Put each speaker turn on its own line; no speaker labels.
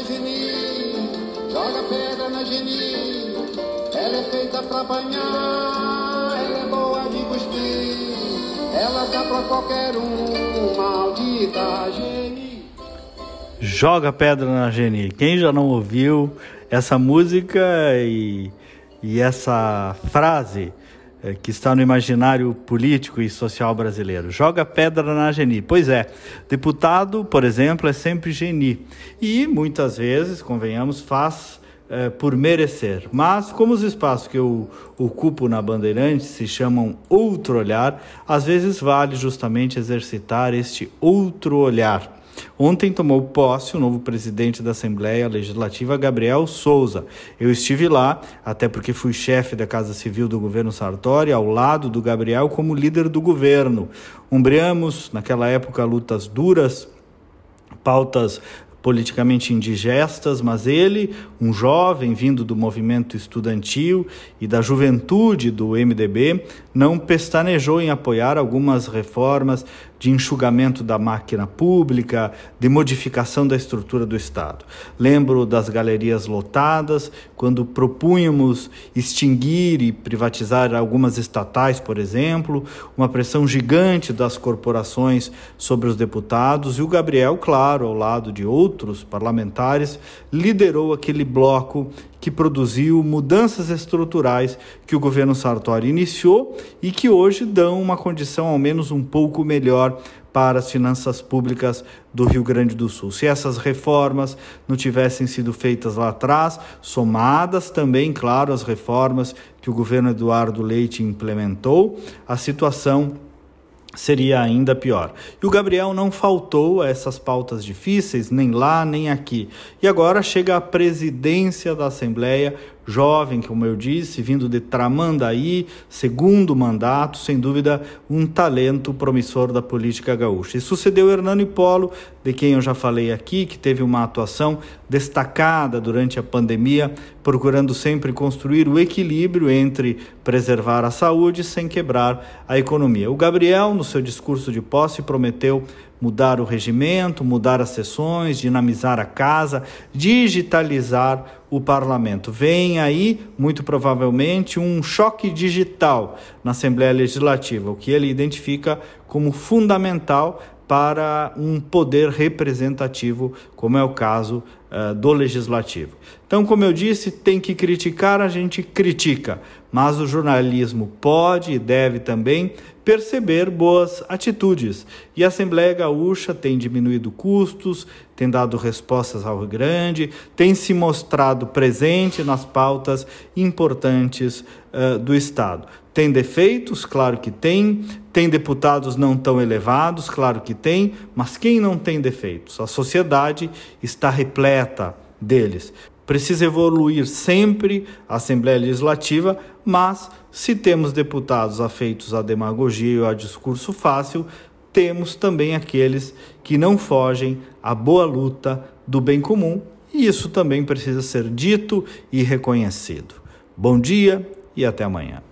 na Geni, joga pedra na Geni. Ela é feita pra apanhar, ela é boa de cuspir. Ela dá pra qualquer um, maldita Geni.
Joga pedra na Geni. Quem já não ouviu essa música e essa frase que está no imaginário político e social brasileiro? Joga pedra na Geni. Pois é, deputado, por exemplo, é sempre Geni. E muitas vezes, convenhamos, faz por merecer. Mas como os espaços que eu ocupo na Bandeirantes se chamam outro olhar, às vezes vale justamente exercitar este outro olhar. Ontem tomou posse o novo presidente da Assembleia Legislativa, Gabriel Souza. Eu estive lá, até porque fui chefe da Casa Civil do governo Sartori, ao lado do Gabriel como líder do governo. Umbriamos, naquela época, lutas duras, pautas politicamente indigestas, mas ele, um jovem vindo do movimento estudantil e da juventude do MDB, não pestanejou em apoiar algumas reformas de enxugamento da máquina pública, de modificação da estrutura do Estado. Lembro das galerias lotadas, quando propunhamos extinguir e privatizar algumas estatais, por exemplo, uma pressão gigante das corporações sobre os deputados, e o Gabriel, claro, ao lado de outros parlamentares, liderou aquele bloco que produziu mudanças estruturais que o governo Sartori iniciou e que hoje dão uma condição ao menos um pouco melhor para as finanças públicas do Rio Grande do Sul. Se essas reformas não tivessem sido feitas lá atrás, somadas também, claro, às reformas que o governo Eduardo Leite implementou, a situação seria ainda pior. E o Gabriel não faltou a essas pautas difíceis, nem lá, nem aqui. E agora chega a presidência da Assembleia, jovem, como eu disse, vindo de Tramandaí, segundo mandato, sem dúvida um talento promissor da política gaúcha. E sucedeu Hernani Polo, de quem eu já falei aqui, que teve uma atuação destacada durante a pandemia, procurando sempre construir o equilíbrio entre preservar a saúde sem quebrar a economia. O Gabriel, no seu discurso de posse, prometeu mudar o regimento, mudar as sessões, dinamizar a casa, digitalizar o parlamento. Vem aí, muito provavelmente, um choque digital na Assembleia Legislativa, o que ele identifica como fundamental para um poder representativo, como é o caso do Legislativo. Então, como eu disse, tem que criticar, a gente critica, mas o jornalismo pode e deve também perceber boas atitudes. E a Assembleia Gaúcha tem diminuído custos, tem dado respostas ao Rio Grande, tem se mostrado presente nas pautas importantes do Estado. Tem defeitos? Claro que tem. Tem deputados não tão elevados? Claro que tem. Mas quem não tem defeitos? A sociedade está repleta deles. Precisa evoluir sempre a Assembleia Legislativa, mas se temos deputados afeitos à demagogia ou a discurso fácil, temos também aqueles que não fogem à boa luta do bem comum, e isso também precisa ser dito e reconhecido. Bom dia e até amanhã.